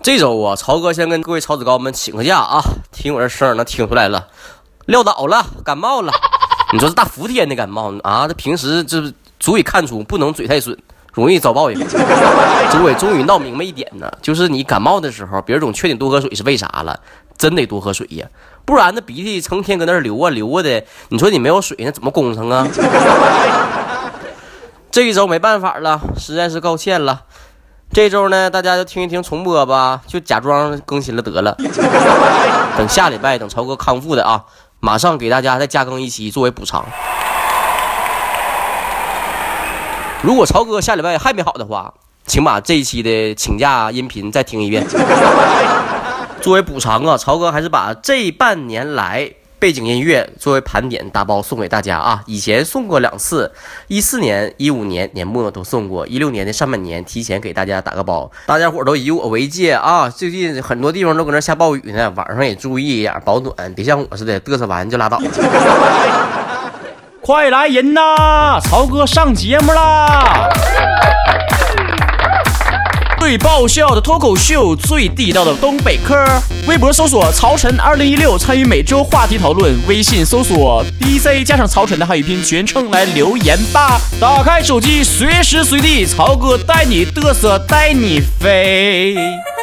这周啊，曹哥先跟各位曹子高们请个假啊，听我这声能听出来了，撂倒了，感冒了。你说这大伏天的感冒啊，这平时这足以看出不能嘴太损，容易遭报应。诸位终于闹明白一点呢，就是你感冒的时候，别人总劝你多喝水是为啥了？真得多喝水呀，不然那鼻涕成天搁那流啊流啊的，你说你没有水那怎么工程啊？这一周没办法了，实在是抱歉了。这周呢，大家就听一听重播吧，就假装更新了得了。等下礼拜，等曹哥康复的啊，马上给大家再加更一期作为补偿。如果曹哥下礼拜还没好的话，请把这一期的请假音频再听一遍。作为补偿啊，曹哥还是把这半年来背景音乐作为盘点大包送给大家啊！以前送过2次，14年、15年年末都送过，16年的上半年提前给大家打个包，大家伙都以我为戒啊！最近很多地方都搁那下暴雨呢，晚上也注意一点保暖，别像我似的嘚瑟完就拉倒。 快来人呐！曹哥上节目啦！最爆笑的脱口秀，最地道的东北嗑。微博搜索曹晨2016，参与每周话题讨论。微信搜索 DJ 加上曹晨的汉语拼全称来留言吧。打开手机，随时随地，曹哥带你嘚瑟，带你飞。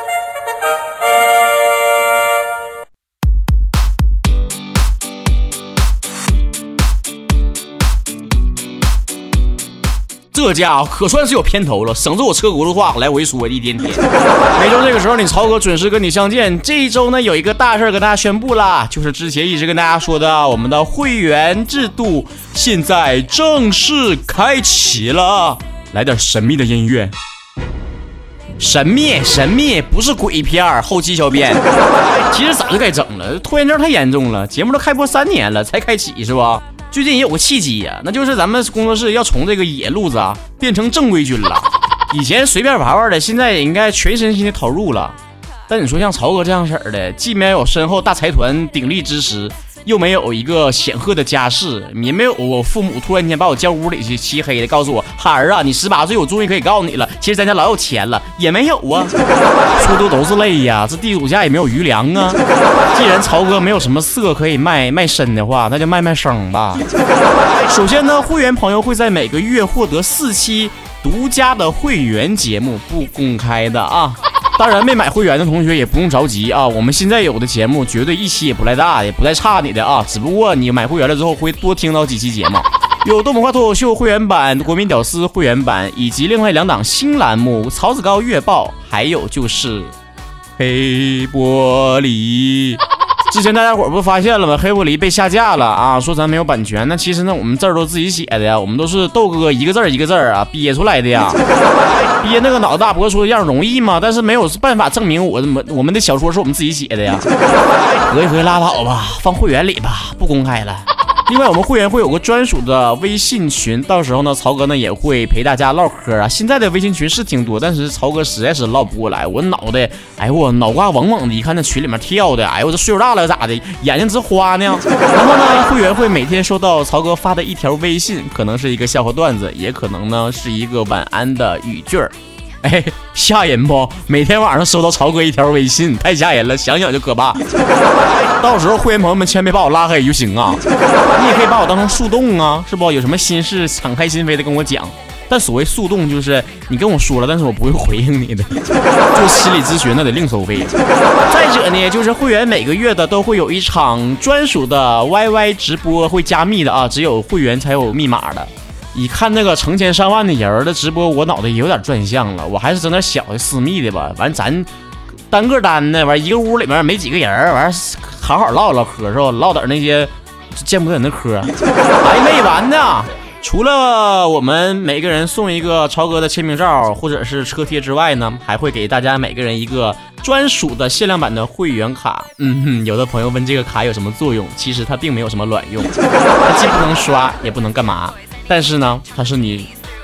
这家伙可算是有片头了，省着我车轱辘话来回说一天天。每周这个时候，你曹哥准时跟你相见。这一周呢，有一个大事跟大家宣布啦，就是之前一直跟大家说的，我们的会员制度现在正式开启了。来点神秘的音乐，神秘，不是鬼片，后期小编。其实早就该整了，拖延症太严重了，节目都开播3年了才开启是吧？最近也有个契机呀，那就是咱们工作室要从这个野路子啊变成正规军了。以前随便玩玩的，现在也应该全身心的投入了。但你说像曹哥这样式儿的，既没有身后大财团鼎力支持，又没有一个显赫的家世，也没有我父母突然间把我叫屋里去漆黑的告诉我，孩儿啊，你18岁我终于可以告诉你了，其实咱家老有钱了，也没有啊。说多都是泪呀，这地主家也没有余粮啊。既然曹哥没有什么色可以卖身的话，那就卖声吧。首先呢，会员朋友会在每个月获得4期独家的会员节目，不公开的啊。当然没买会员的同学也不用着急啊，我们现在有的节目绝对一期也不赖大，也不带差你的啊，只不过你买会员了之后会多听到几期节目，有东北话脱口秀会员版、国民屌丝会员版，以及另外2档新栏目曹子高月报，还有就是黑玻璃。之前大家伙不发现了吗？黑玻璃被下架了啊，说咱没有版权。那其实呢，我们字儿都自己写的呀，我们都是豆哥一个字一个字啊憋出来的呀。憋那个脑大伯说样容易吗？但是没有办法证明我们的小说是我们自己写的呀。合一拉倒吧，放会员里吧，不公开了。另外我们会员会有个专属的微信群，到时候呢曹哥呢也会陪大家唠嗑啊。现在的微信群是挺多，但是曹哥实在是唠不过来，我脑袋哎呦我脑瓜嗡嗡的，一看那群里面跳的，哎呦我这岁数大了咋的，眼睛直花呢。然后呢会员会每天收到曹哥发的一条微信，可能是一个笑话段子，也可能呢是一个晚安的语句儿。哎，吓人不？每天晚上收到曹哥一条微信，太吓人了，想想就可怕。到时候会员朋友们千万别把我拉黑就行啊，你也可以把我当成树洞啊，是不？有什么心事敞开心扉的跟我讲。但所谓树洞就是你跟我说了，但是我不会回应你的。做心理咨询那得另收费。再者呢，就是会员每个月的都会有一场专属的 YY 直播，会加密的啊，只有会员才有密码的。一看那个成千上万的人的直播，我脑袋也有点转向了，我还是整点小的私密的吧。完咱单个单的，完一个屋里面没几个人，完好好唠唠嗑是吧？唠点那些见不得人的嗑，还没完呢。除了我们每个人送一个曹哥的签名照或者是车贴之外呢，还会给大家每个人一个专属的限量版的会员卡。有的朋友问这个卡有什么作用，其实它并没有什么卵用，它既不能刷也不能干嘛，但是呢它是你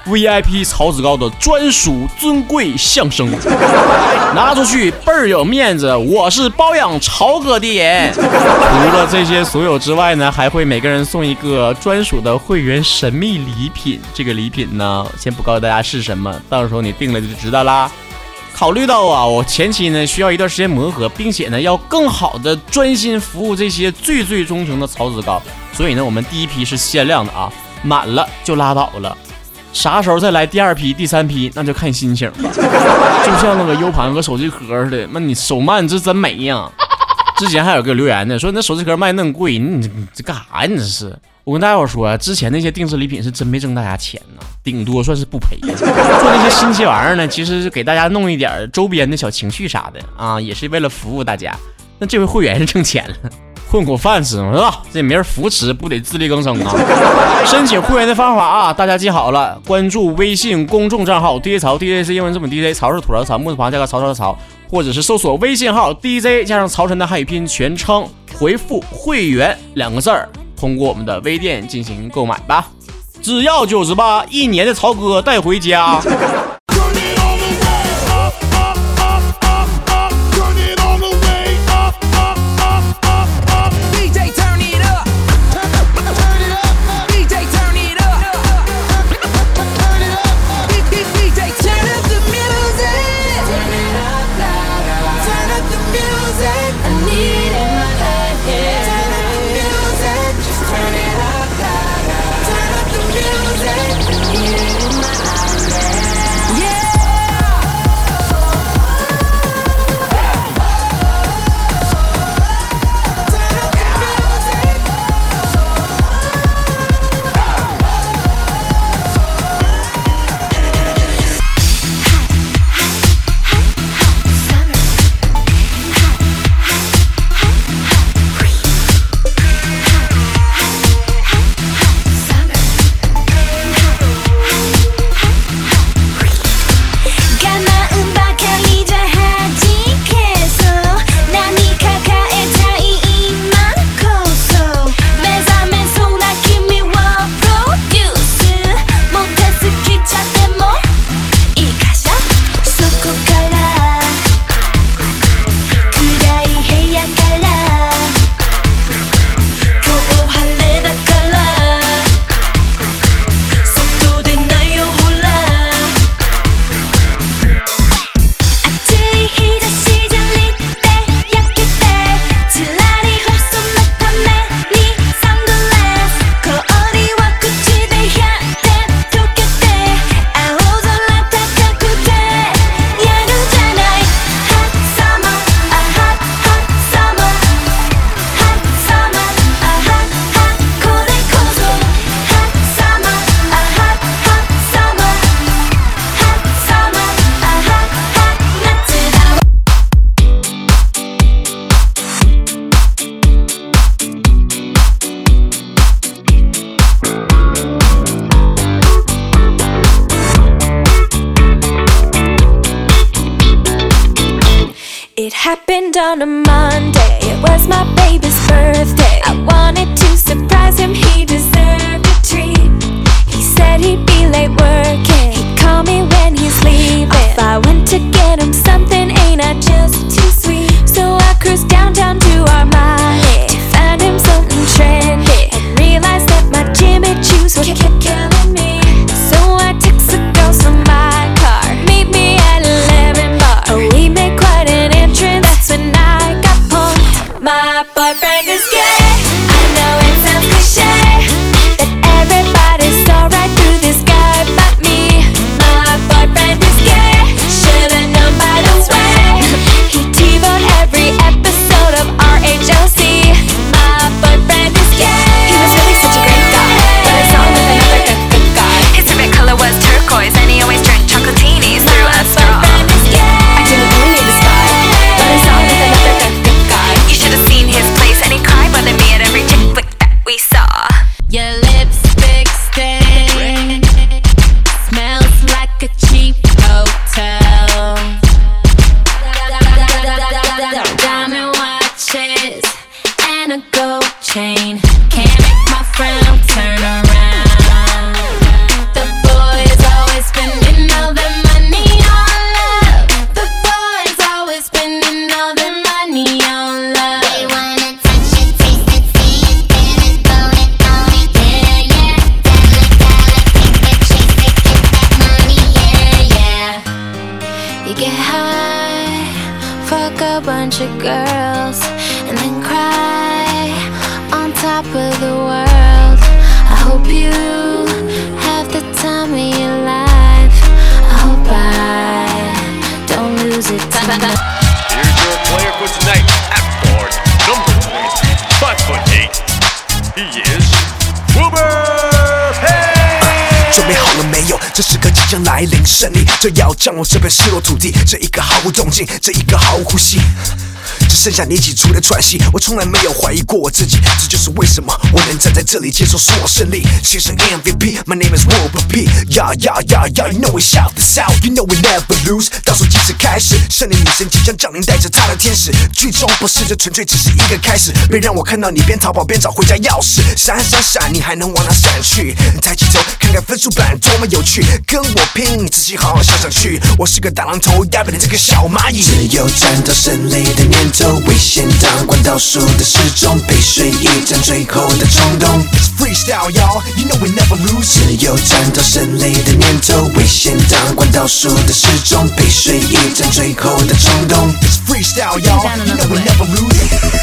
VIP 曹子高的专属尊贵象征，拿出去倍儿有面子，我是包养曹哥的人。除了这些所有之外呢，还会每个人送一个专属的会员神秘礼品，这个礼品呢先不告诉大家是什么，到时候你定了就知道啦。 考虑到啊，我前期呢需要一段时间磨合，并且呢要更好的专心服务这些最忠诚的曹子高，所以呢我们第一批是限量的啊，满了就拉倒了，啥时候再来第二批、第三批，那就看心情吧。就像那个 U 盘和手机壳似的，那你手慢这真没呀。之前还有个留言呢，说那手机壳卖那么贵，你这干啥呀？你这是。我跟大家伙说，之前那些定制礼品是真没挣大家钱呢，顶多算是不赔。做那些新奇玩意儿呢，其实是给大家弄一点周边的小情绪啥的啊，也是为了服务大家。那这回会员是挣钱了，混口饭吃嘛，是吧？这没人扶持，不得自力更生啊！申请会员的方法啊，大家记好了，关注微信公众账号 DJ 曹 ，DJ 是英文字母 DJ， 曹是土槽，木字旁加个曹操的曹，或者是搜索微信号 DJ 加上曹晨的汉语拼音全称，回复会员2个字儿。通过我们的微店进行购买吧，只要98，一年的曹哥带回家。 happened on a Monday. It was my baby's birthday. I wanted to surprise him, he deserved a treat. He said he'd be late working, he'd call me when he's leaving. If I went to get him something, ain't I just too sweet? So I cruised downtown to Armani to find him something trendy, and realized that my Jimmy Choos was killing me. So I text the girls from my car, meet me at 11 bar. Oh, we made quite an entrance, that's when I got pumped. My boyfriend is gay, I know it sounds cliche, that everybody saw right through this guy but me. My boyfriend is gay, should've known by the way a bunch of girls and then cry on top of the world. I hope you have the time of your life. I hope I don't lose it tonight. Here's your player for tonight. At guard, number 5'8", he is Wilbur Payne. 准备好了没有？这时刻即将来临，胜利就要降落这片失落土地。这一个毫无动静，这一个毫无呼吸，只剩下你挤出的喘息。我从来没有怀疑过我自己，这就是为什么我能站在这里接受所有胜利。写上 MVP, my name is Wilbur P. Yeah, yeah, yeah, yeah, you know we shout this out, you know we never lose. 倒数计时开始，胜利女神即将降临，带着她的天使。剧中不是，这纯粹只是一个开始。别让我看到你边逃跑边找回家钥匙。闪闪闪，你还能往哪闪去？抬起头看看分数板多么有趣，跟我拼，你仔细好好想想去。我是个大榔头，压扁了这个小蚂蚁。只有战斗胜利的念头，危险当关倒数的时钟，背水一战最后的冲动。It's freestyle, y'all, you know we never lose. 只有战斗胜利的念头，危险当关倒数的时钟，背水一战最后的冲动。It's freestyle, y'all, you know we never lose.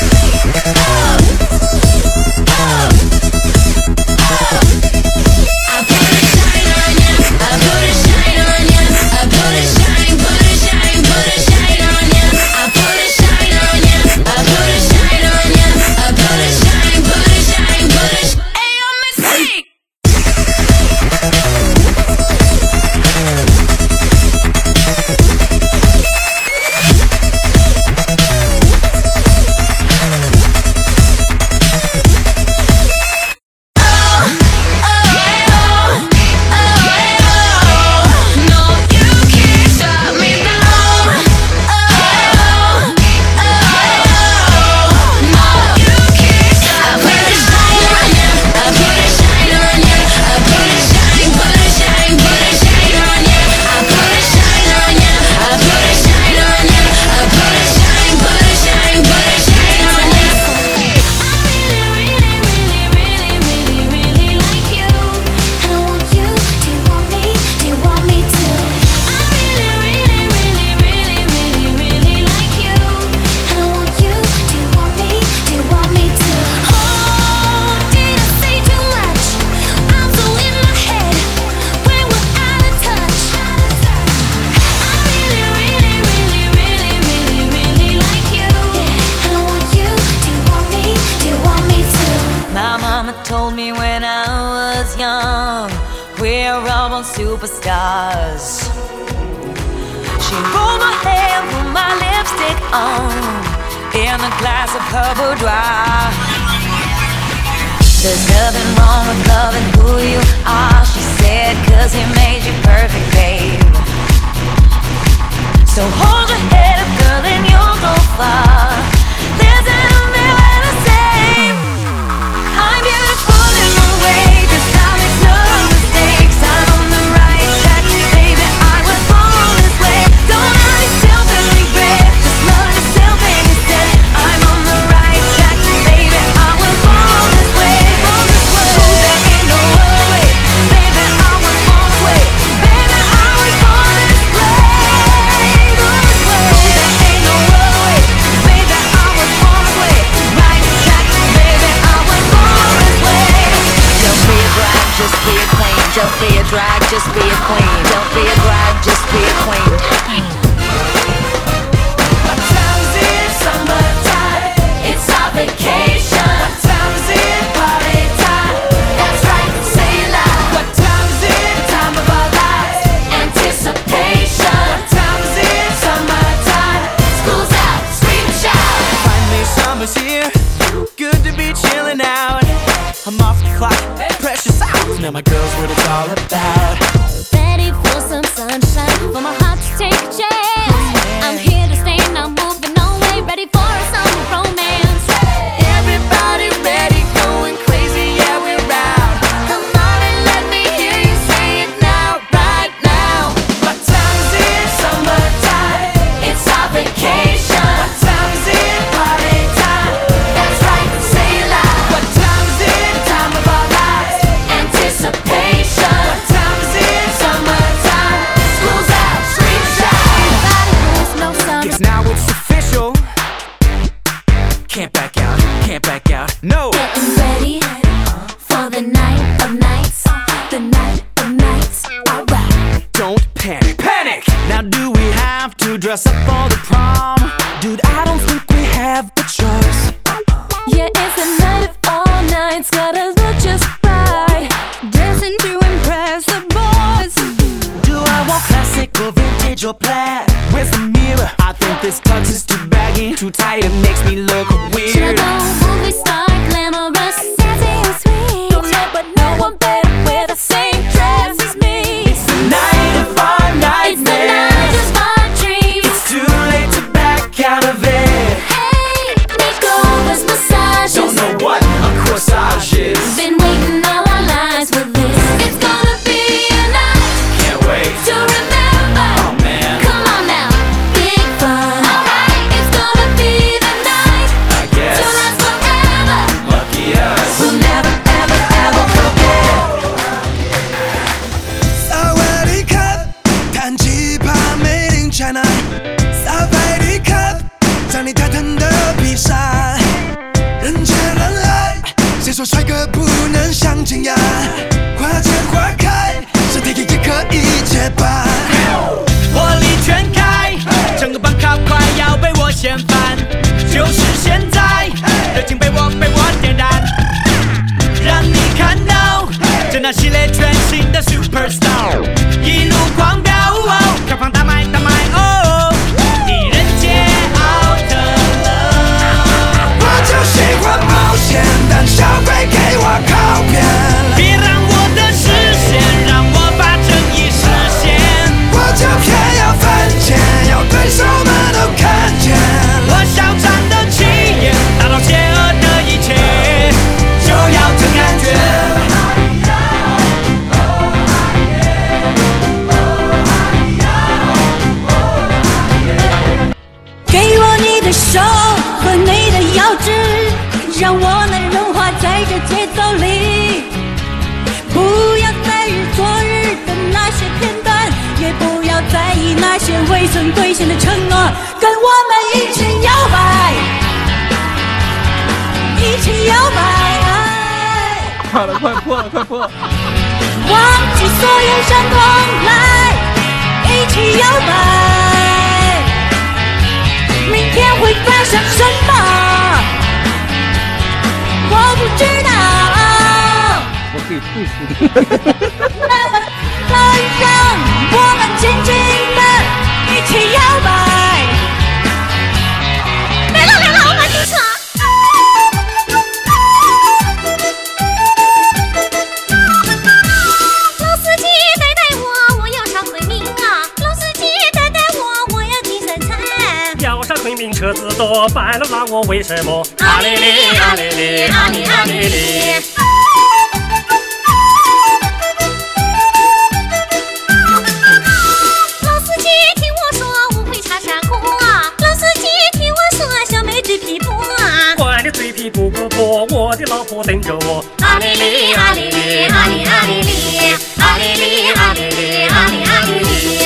Told me when I was young, we're all superstars. She rolled my hair, put my lipstick on, in a glass of her boudoir. There's nothing wrong with loving who you are, she said, 'cause he made you perfect, babe. So hold your head up, girl, and you'll go far. Listen to me when I say I'm beautiful in my way, 'cause I make no mistakes. I'm on the right track, baby, I was born this way. Don't hurt yourself and regret, just love yourself instead. I'm on the right track, baby, I was born this way. Oh, there ain't no other way, baby, I was born this way. Baby, I was born this way. There ain't no other way, baby, I was born this way. Right track, baby, I was born this way. Don't be a drag, just be a queen. Don't be a drag, just be a queen. Don't be a drag, just be a queen. What time is it? Summertime. It's our vacation. What time is it? Party time. That's right, say it loud. What time is it? Time of our lives. Anticipation. What time is it? Summertime. School's out, scream and shout. Finally summer's here, good to be chilling out. I'm off the clock, precious hours. Now my girl's what it's all about. Ready for some sunshine, for my heart to take a chance. I'm here to stay, not moving away. Ready for a summer romance. Everybody's ready, going crazy, yeah, we're out. Come on and let me hear you say it now, right now. What time is it? Summertime. It's our vacation. What time is it? Party time. That's right, say it loud. What time is it? Time of our lives. Anticipation. What time special. Can't back out, can't back out, no. Getting ready for the night of nights, the night of nights. Alright. Don't panic, panic. Now do we have to dress up for the prom? Dude, I don't think we have the choice. Yeah, it's the night of all nights. Gotta look just right, dancing to impress the boys. Do I want classic or vintage or plaid? Where's the mirror? I think this tux is too baggy, too tight, it makes me look weird. Should I go movie star, glamorous, sassy and sweet? Don't know, but no one better wear the same dress as me. It's the night of our It's the nightmares. night of my dreams. It's too late to back out of it. Hey, makeovers, massages. Don't know what a corsage is. Been waiting all our lives for this. It's gonna be a night Can't wait. to remember. Oh man, Come on now, big fun. Alright, it's gonna be the night I guess. to last forever. Lucky us. We'll never, ever, ever forget. 萨瓦迪卡，弹吉他 Made in China，萨瓦迪卡，在你泰坦的披萨，人见人爱，谁说帅哥不能相亲呀？花见花开，身体也可以结伴。 火力全开，整个班卡快要被我掀翻，就是现在，热情被我点燃，让你看到这那系列全新的 Superstar， 一路狂飙，开放大卖哦，狄仁杰 out love， 我就喜欢冒险，但消费给我靠边。 别让我的视线，让我把正义实现， 我就偏要犯贱，要对手们都看见。 我嚣张的气焰，打倒邪恶的一切，就要这感觉。 给我你的手和你的腰肢，让我能融化在这节奏里。不要在意昨日的那些片段，也不要在意那些未曾兑现的承诺。跟我们一起摇摆，一起摇摆。 快了，快破了，快破了！ 忘记所有伤痛，来一起摇摆。明天会发生什么？我不知道。 我可以退出。 让我们紧紧的一起摇摆。来了，我们出场。 老司机带我，我要上昆明啊！老司机带我，我要进深圳。 要上昆明车子多，白了让我为什么？ 阿里里，阿里里，阿里阿里里。老司机听我说，无会插山果啊！老司机听我说，小妹嘴皮薄啊！ 管你嘴皮不薄，我的老婆等着我。 阿里里，阿里里，阿里阿里里，阿里里，阿里里，阿里阿里里。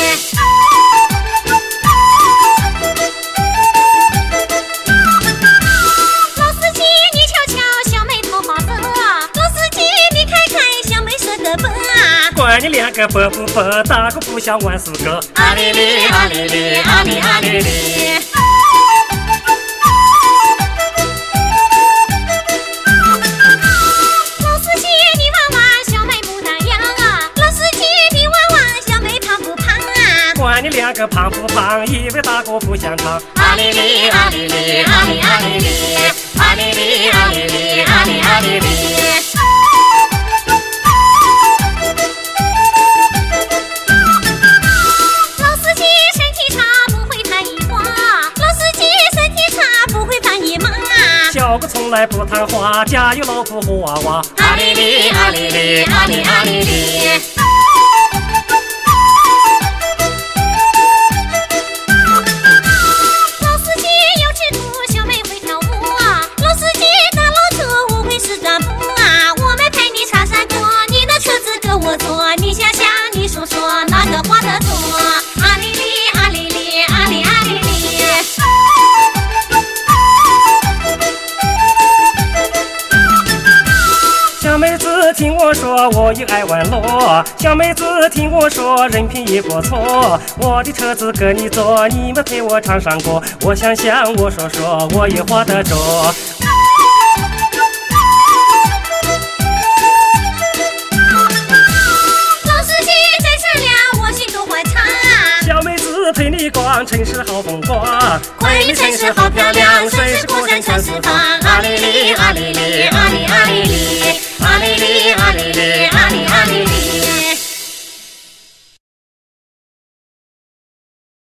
老司机，你瞧瞧，小妹头发粉啊！老司机，你看看，小妹说的笨啊！ 管你两个笨不笨，打个不响万事歌。 阿里里，阿里里，阿里阿里里。老司机，你玩玩，小妹牡丹样啊！老司机，你玩玩，小妹胖不胖啊？ 管你两个胖不胖，以为打个不响唱。 阿里里，阿里里，阿里阿里里，阿里里，阿里里，阿里阿里里。老司机身体差，不会弹一花。老司机身体差，不会弹一马。 小哥从来不谈话，家有老婆和娃娃。 阿里里，阿里里，阿里阿里里。老司机有前途，小妹会跳舞啊！老司机大老粗，我会是转步啊！我们陪你插山坡，你的车子跟我坐，你想想，你说说哪个花得多？阿里里，阿里里，阿里阿里里。 我说我也爱玩乐，小妹子听我说人品也不错，我的车子跟你坐，你们陪我唱上歌，我想想我说说我也画得着。陪你逛城市好风光， 关于城市好漂亮，谁是孤身全是房，啊哩哩啊哩哩。